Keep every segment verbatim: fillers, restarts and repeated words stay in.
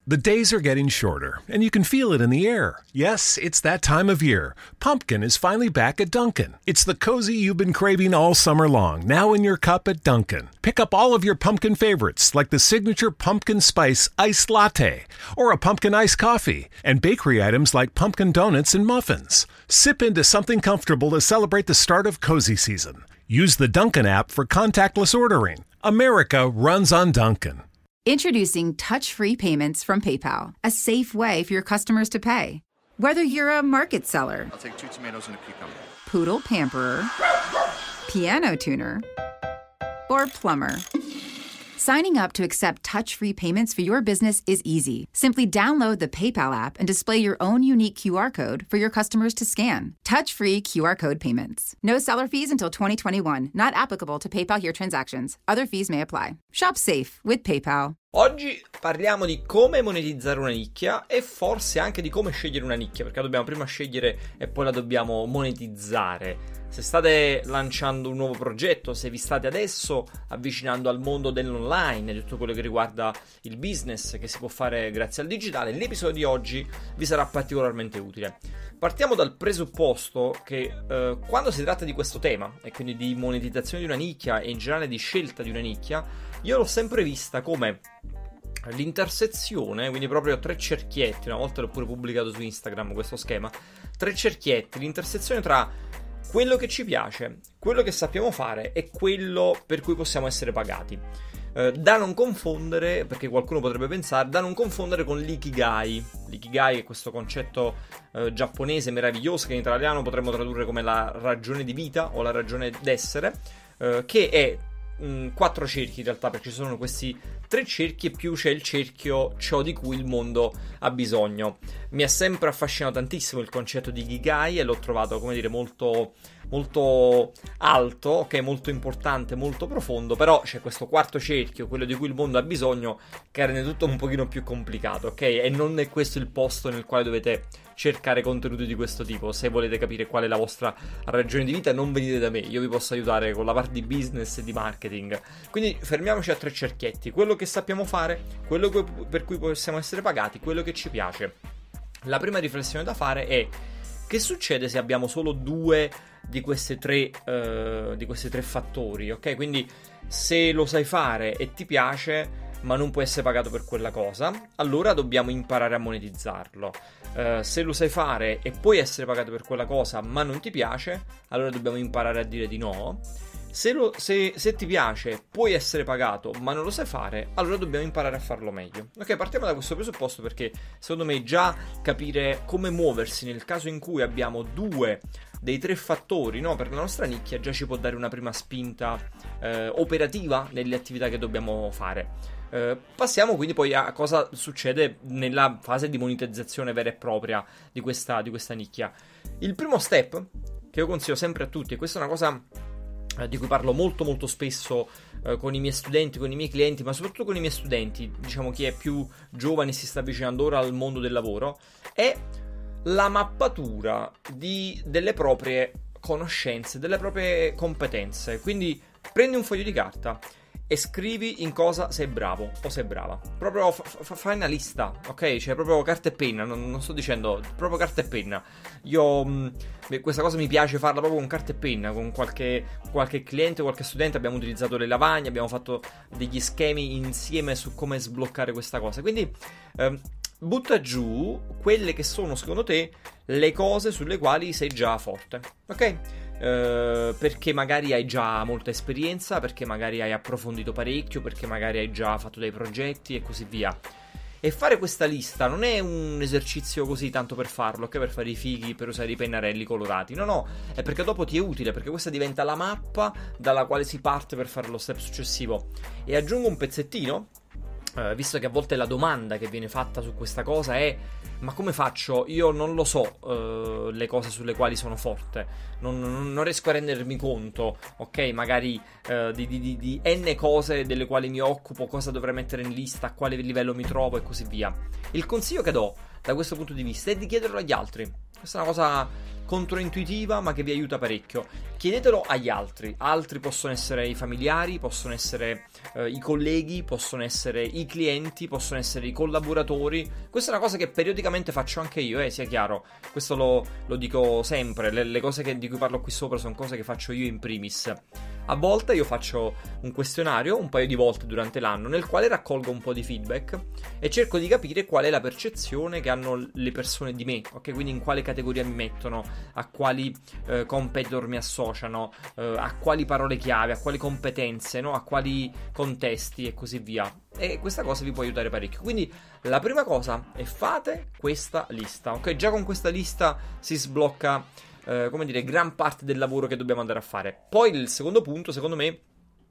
The days are getting shorter, and you can feel it in the air. Yes, it's that time of year. Pumpkin is finally back at Dunkin'. It's the cozy you've been craving all summer long, now in your cup at Dunkin'. Pick up all of your pumpkin favorites, like the signature pumpkin spice iced latte, or a pumpkin iced coffee, and bakery items like pumpkin donuts and muffins. Sip into something comfortable to celebrate the start of cozy season. Use the Dunkin' app for contactless ordering. America runs on Dunkin'. Introducing touch-free payments from PayPal, a safe way for your customers to pay. Whether you're a market seller, I'll take two tomatoes and a cucumber, poodle pamperer, piano tuner, or plumber, signing up to accept touch-free payments for your business is easy. Simply download the PayPal app and display your own unique Q R code for your customers to scan. Touch-free Q R code payments. No seller fees until twenty twenty-one. Not applicable to PayPal here transactions. Other fees may apply. Shop safe with PayPal. Oggi parliamo di come monetizzare una nicchia e forse anche di come scegliere una nicchia, perché la dobbiamo prima scegliere e poi la dobbiamo monetizzare. Se state lanciando un nuovo progetto, se vi state adesso avvicinando al mondo dell'online e di tutto quello che riguarda il business che si può fare grazie al digitale, l'episodio di oggi vi sarà particolarmente utile. Partiamo dal presupposto che eh, quando si tratta di questo tema, e quindi di monetizzazione di una nicchia e in generale di scelta di una nicchia, io l'ho sempre vista come l'intersezione, quindi proprio tre cerchietti, una volta l'ho pure pubblicato su Instagram questo schema, tre cerchietti, l'intersezione tra quello che ci piace, quello che sappiamo fare e quello per cui possiamo essere pagati. Eh, da non confondere, perché qualcuno potrebbe pensare, da non confondere con l'ikigai. L'ikigai è questo concetto eh, giapponese meraviglioso che in italiano potremmo tradurre come la ragione di vita o la ragione d'essere, eh, che è mh, quattro cerchi in realtà, perché ci sono questi tre cerchi e più c'è il cerchio ciò di cui il mondo ha bisogno. Mi ha sempre affascinato tantissimo il concetto di Ikigai e l'ho trovato, come dire, molto molto alto, ok, molto importante, molto profondo, però c'è questo quarto cerchio, quello di cui il mondo ha bisogno, che rende tutto un pochino più complicato, ok? E non è questo il posto nel quale dovete cercare contenuti di questo tipo. Se volete capire qual è la vostra ragione di vita, non venite da me, io vi posso aiutare con la parte di business e di marketing. Quindi fermiamoci a tre cerchietti: quello che sappiamo fare, quello per cui possiamo essere pagati, quello che ci piace. La prima riflessione da fare è: che succede se abbiamo solo due di queste tre uh, di questi tre fattori, ok? Quindi se lo sai fare e ti piace ma non puoi essere pagato per quella cosa, allora dobbiamo imparare a monetizzarlo. Uh, se lo sai fare e puoi essere pagato per quella cosa ma non ti piace, allora dobbiamo imparare a dire di no. Se, lo, se, se ti piace, puoi essere pagato, ma non lo sai fare, allora dobbiamo imparare a farlo meglio. Ok, partiamo da questo presupposto, perché secondo me già capire come muoversi nel caso in cui abbiamo due dei tre fattori, no, per la nostra nicchia già ci può dare una prima spinta eh, operativa nelle attività che dobbiamo fare. Eh, passiamo quindi poi a cosa succede nella fase di monetizzazione vera e propria di questa, di questa nicchia. Il primo step che io consiglio sempre a tutti, e questa è una cosa di cui parlo molto molto spesso eh, con i miei studenti, con i miei clienti, ma soprattutto con i miei studenti, diciamo chi è più giovane e si sta avvicinando ora al mondo del lavoro, è la mappatura di, delle proprie conoscenze, delle proprie competenze. Quindi prendi un foglio di carta e scrivi in cosa sei bravo o sei brava. Proprio fa, fa, fai una lista, ok? Cioè proprio carta e penna, non, non sto dicendo, proprio carta e penna. Io mh, questa cosa mi piace farla proprio con carta e penna, con qualche, qualche cliente, qualche studente abbiamo utilizzato le lavagne, abbiamo fatto degli schemi insieme su come sbloccare questa cosa. Quindi ehm, butta giù quelle che sono secondo te le cose sulle quali sei già forte, ok? Uh, perché magari hai già molta esperienza, perché magari hai approfondito parecchio, perché magari hai già fatto dei progetti e così via. E fare questa lista non è un esercizio così tanto per farlo, ok? Per fare i fighi, per usare i pennarelli colorati. No, no, è perché dopo ti è utile, perché questa diventa la mappa dalla quale si parte per fare lo step successivo. E aggiungo un pezzettino, uh, visto che a volte la domanda che viene fatta su questa cosa è: ma come faccio? Io non lo so uh, le cose sulle quali sono forte, non, non, non riesco a rendermi conto, ok? Magari uh, di, di, di n cose delle quali mi occupo, cosa dovrei mettere in lista, a quale livello mi trovo e così via. Il consiglio che do da questo punto di vista è di chiederlo agli altri. Questa è una cosa controintuitiva ma che vi aiuta parecchio. Chiedetelo agli altri. Altri possono essere i familiari, possono essere eh, i colleghi, possono essere i clienti, possono essere i collaboratori. Questa è una cosa che periodicamente faccio anche io, eh, sia chiaro. Questo lo, lo dico sempre. Le, le cose che, di cui parlo qui sopra sono cose che faccio io in primis. A volte io faccio un questionario un paio di volte durante l'anno nel quale raccolgo un po' di feedback e cerco di capire qual è la percezione che hanno le persone di me, ok? Quindi in quale categoria mi mettono, a quali eh, competitor mi associano, eh, a quali parole chiave, a quali competenze, no? A quali contesti e così via. E questa cosa vi può aiutare parecchio. Quindi la prima cosa è fate questa lista, ok? Già con questa lista si sblocca Uh, come dire, gran parte del lavoro che dobbiamo andare a fare. Poi il secondo punto, secondo me,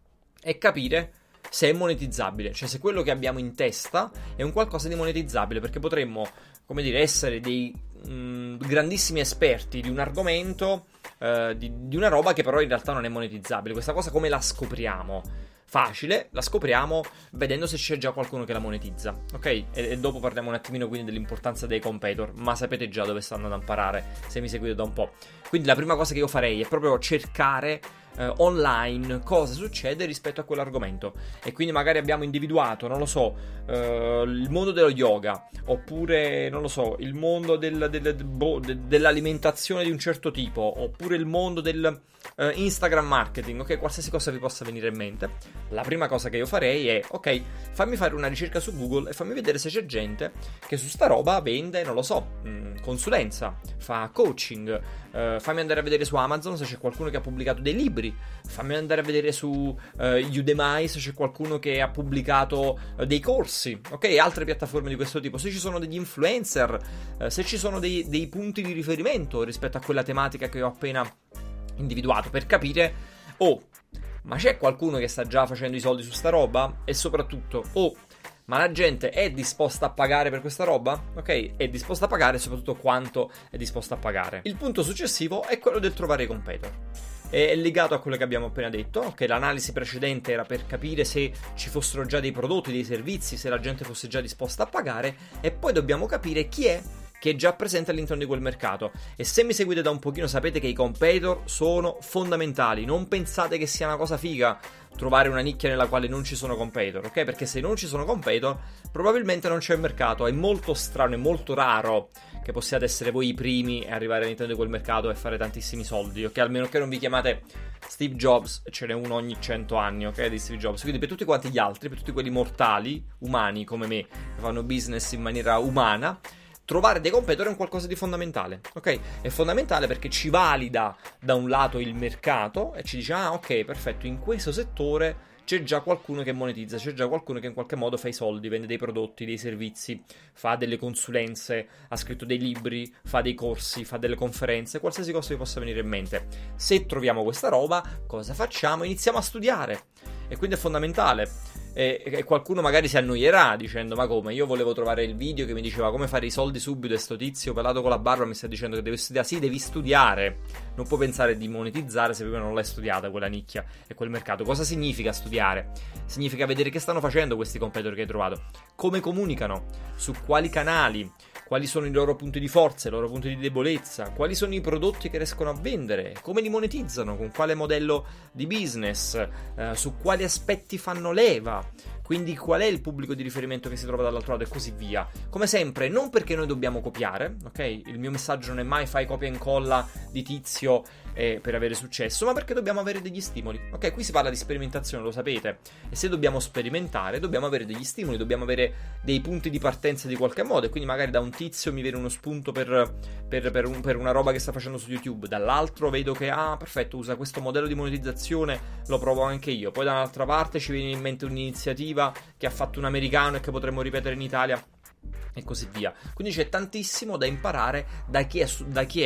è capire se è monetizzabile, cioè se quello che abbiamo in testa è un qualcosa di monetizzabile, perché potremmo, come dire, essere dei mh, grandissimi esperti di un argomento, uh, di, di una roba che però in realtà non è monetizzabile. Questa cosa come la scopriamo? Facile, la scopriamo vedendo se c'è già qualcuno che la monetizza, ok? E, e dopo parliamo un attimino quindi dell'importanza dei competitor, ma sapete già dove stanno ad imparare se mi seguite da un po'. Quindi la prima cosa che io farei è proprio cercare eh, online cosa succede rispetto a quell'argomento, e quindi magari abbiamo individuato, non lo so, eh, il mondo dello yoga, oppure non lo so, il mondo del, del, del, boh, de, dell'alimentazione di un certo tipo, oppure il mondo del Uh, Instagram marketing, ok? Qualsiasi cosa vi possa venire in mente. La prima cosa che io farei è, ok, fammi fare una ricerca su Google e fammi vedere se c'è gente che su sta roba vende, non lo so, mh, consulenza, fa coaching, uh, fammi andare a vedere su Amazon se c'è qualcuno che ha pubblicato dei libri, fammi andare a vedere su uh, Udemy se c'è qualcuno che ha pubblicato uh, dei corsi, ok? Altre piattaforme di questo tipo, se ci sono degli influencer, uh, se ci sono dei, dei punti di riferimento rispetto a quella tematica che ho appena individuato, per capire, oh, ma c'è qualcuno che sta già facendo i soldi su sta roba? E soprattutto, oh, ma la gente è disposta a pagare per questa roba? Ok, è disposta a pagare e soprattutto quanto è disposta a pagare. Il punto successivo è quello del trovare i competitor. È legato a quello che abbiamo appena detto, ok? L'analisi precedente era per capire se ci fossero già dei prodotti, dei servizi, se la gente fosse già disposta a pagare, e poi dobbiamo capire chi è che è già presente all'interno di quel mercato. E se mi seguite da un pochino sapete che i competitor sono fondamentali. Non pensate che sia una cosa figa trovare una nicchia nella quale non ci sono competitor, ok? Perché se non ci sono competitor probabilmente non c'è mercato. È molto strano, è molto raro che possiate essere voi i primi e arrivare all'interno di quel mercato e fare tantissimi soldi, ok? Almeno che non vi chiamate Steve Jobs, ce n'è uno ogni cento anni, ok? Di Steve Jobs. Quindi per tutti quanti gli altri, per tutti quelli mortali, umani come me, che fanno business in maniera umana, trovare dei competitor è un qualcosa di fondamentale, ok? È fondamentale perché ci valida da un lato il mercato e ci dice, ah ok, perfetto, in questo settore c'è già qualcuno che monetizza, c'è già qualcuno che in qualche modo fa i soldi, vende dei prodotti, dei servizi, fa delle consulenze, ha scritto dei libri, fa dei corsi, fa delle conferenze, qualsiasi cosa vi possa venire in mente. Se troviamo questa roba, cosa facciamo? Iniziamo a studiare, e quindi è fondamentale. E, e qualcuno magari si annoierà dicendo, ma come, io volevo trovare il video che mi diceva come fare i soldi subito e sto tizio pelato con la barba mi sta dicendo che devi studiare. Sì, devi studiare, non puoi pensare di monetizzare se prima non l'hai studiata quella nicchia e quel mercato. Cosa significa studiare? Significa vedere che stanno facendo questi competitor che hai trovato, come comunicano, su quali canali, quali sono i loro punti di forza, i loro punti di debolezza, quali sono i prodotti che riescono a vendere, come li monetizzano, con quale modello di business, eh, su quali aspetti fanno leva, quindi qual è il pubblico di riferimento che si trova dall'altro lato e così via. Come sempre, non perché noi dobbiamo copiare, ok? Il mio messaggio non è mai fai copia e incolla di tizio eh, per avere successo, ma perché dobbiamo avere degli stimoli, ok? Qui si parla di sperimentazione, lo sapete, e se dobbiamo sperimentare dobbiamo avere degli stimoli, dobbiamo avere dei punti di partenza di qualche modo, e quindi magari da un tizio mi viene uno spunto per, per, per, un, per una roba che sta facendo su YouTube, dall'altro vedo che, ah perfetto, usa questo modello di monetizzazione, lo provo anche io, poi da un'altra parte ci viene in mente un'iniziativa che ha fatto un americano e che potremmo ripetere in Italia, e così via. Quindi c'è tantissimo da imparare da chi è, da chi è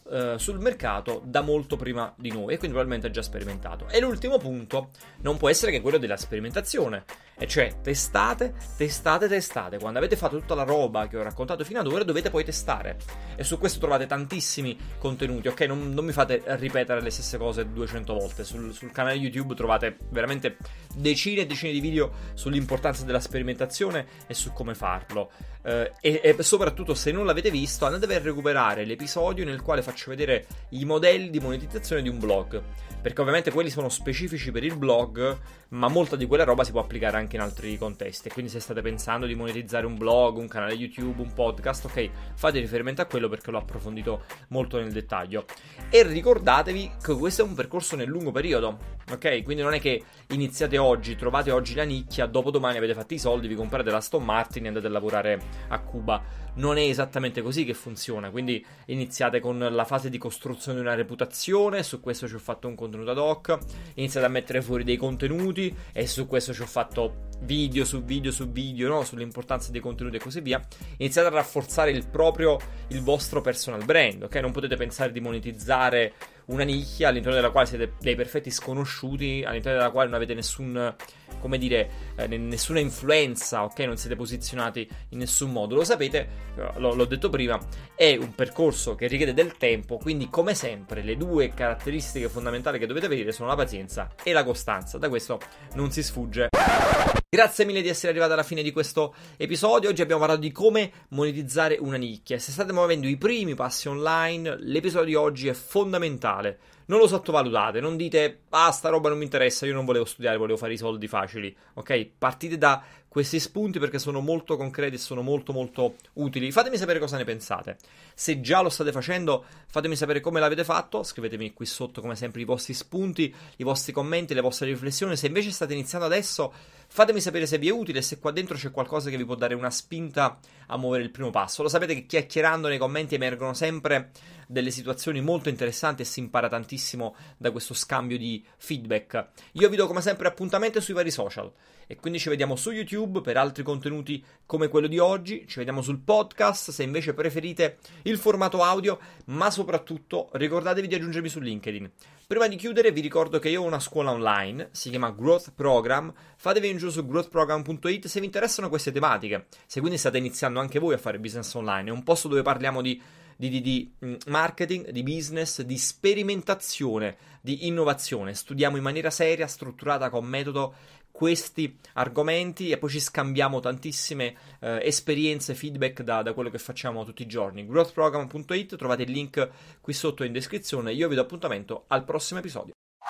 uh, sul mercato da molto prima di noi e quindi probabilmente ha già sperimentato. E l'ultimo punto non può essere che quello della sperimentazione, e cioè testate, testate, testate. Quando avete fatto tutta la roba che ho raccontato fino ad ora dovete poi testare, e su questo trovate tantissimi contenuti, ok? Non, non mi fate ripetere le stesse cose duecento volte. Sul, sul canale YouTube trovate veramente decine e decine di video sull'importanza della sperimentazione e su come farlo, uh, e, e soprattutto, se non l'avete visto, andatevi a recuperare l'episodio nel quale faccio vedere i modelli di monetizzazione di un blog, perché ovviamente quelli sono specifici per il blog, ma molta di quella roba si può applicare anche in altri contesti. Quindi se state pensando di monetizzare un blog, un canale YouTube, un podcast, ok, fate riferimento a quello perché l'ho approfondito molto nel dettaglio. E ricordatevi che questo è un percorso nel lungo periodo, ok? Quindi non è che iniziate oggi, trovate oggi la nicchia, dopodomani avete fatto i soldi, vi comprate la Aston Martin e andate a lavorare a Cuba. Non è esattamente così che funziona, quindi iniziate con la fase di costruzione di una reputazione, su questo ci ho fatto un contenuto ad hoc, iniziate a mettere fuori dei contenuti e su questo ci ho fatto video su video su video, no? Sull'importanza dei contenuti e così via. Iniziate a rafforzare il proprio, il vostro personal brand, ok? Non potete pensare di monetizzare una nicchia all'interno della quale siete dei perfetti sconosciuti, all'interno della quale non avete nessun, come dire, eh, nessuna influenza, ok? Non siete posizionati in nessun modo. Lo sapete, l- l'ho detto prima, è un percorso che richiede del tempo, quindi come sempre le due caratteristiche fondamentali che dovete avere sono la pazienza e la costanza. Da questo non si sfugge. Grazie mille di essere arrivati alla fine di questo episodio. Oggi abbiamo parlato di come monetizzare una nicchia. Se state muovendo i primi passi online, l'episodio di oggi è fondamentale. Non lo sottovalutate, non dite ah, sta roba non mi interessa, io non volevo studiare, volevo fare i soldi facili, ok? Partite da questi spunti perché sono molto concreti e sono molto molto utili. Fatemi sapere cosa ne pensate. Se già lo state facendo, fatemi sapere come l'avete fatto. Scrivetemi qui sotto come sempre i vostri spunti, i vostri commenti, le vostre riflessioni. Se invece state iniziando adesso, fatemi sapere se vi è utile e se qua dentro c'è qualcosa che vi può dare una spinta a muovere il primo passo. Lo sapete che chiacchierando nei commenti emergono sempre delle situazioni molto interessanti e si impara tantissimo da questo scambio di feedback. Io vi do come sempre appuntamento sui vari social e quindi ci vediamo su YouTube per altri contenuti come quello di oggi, ci vediamo sul podcast se invece preferite il formato audio, ma soprattutto ricordatevi di aggiungermi su LinkedIn. Prima di chiudere vi ricordo che io ho una scuola online, si chiama Growth Program, fatevi un giro su growth program punto it se vi interessano queste tematiche, se quindi state iniziando anche voi a fare business online. È un posto dove parliamo di Di, di, di marketing, di business, di sperimentazione, di innovazione. Studiamo in maniera seria, strutturata, con metodo questi argomenti e poi ci scambiamo tantissime eh, esperienze, feedback da, da quello che facciamo tutti i giorni. growth program punto it, trovate il link qui sotto in descrizione. Io vi do appuntamento al prossimo episodio.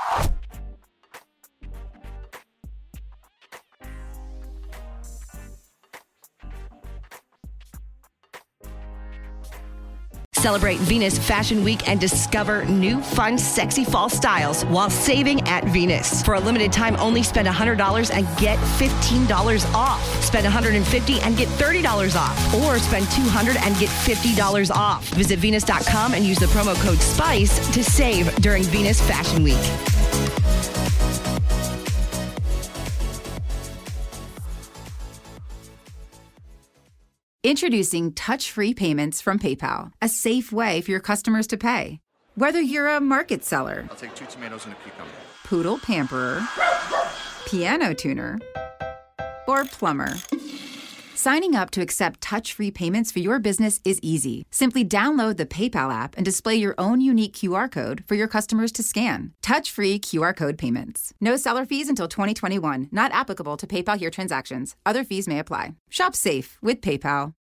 Celebrate Venus Fashion Week and discover new, fun, sexy fall styles while saving at Venus. For a limited time, only spend one hundred dollars and get fifteen dollars off. Spend one hundred fifty dollars and get thirty dollars off. Or spend two hundred dollars and get fifty dollars off. Visit Venus dot com and use the promo code SPICE to save during Venus Fashion Week. Introducing touch-free payments from PayPal, a safe way for your customers to pay. Whether you're a market seller, I'll take two tomatoes and a cucumber. poodle pamperer, piano tuner, or plumber, signing up to accept touch-free payments for your business is easy. Simply download the PayPal app and display your own unique Q R code for your customers to scan. Touch-free Q R code payments. No seller fees until twenty twenty-one. Not applicable to PayPal Here transactions. Other fees may apply. Shop safe with PayPal.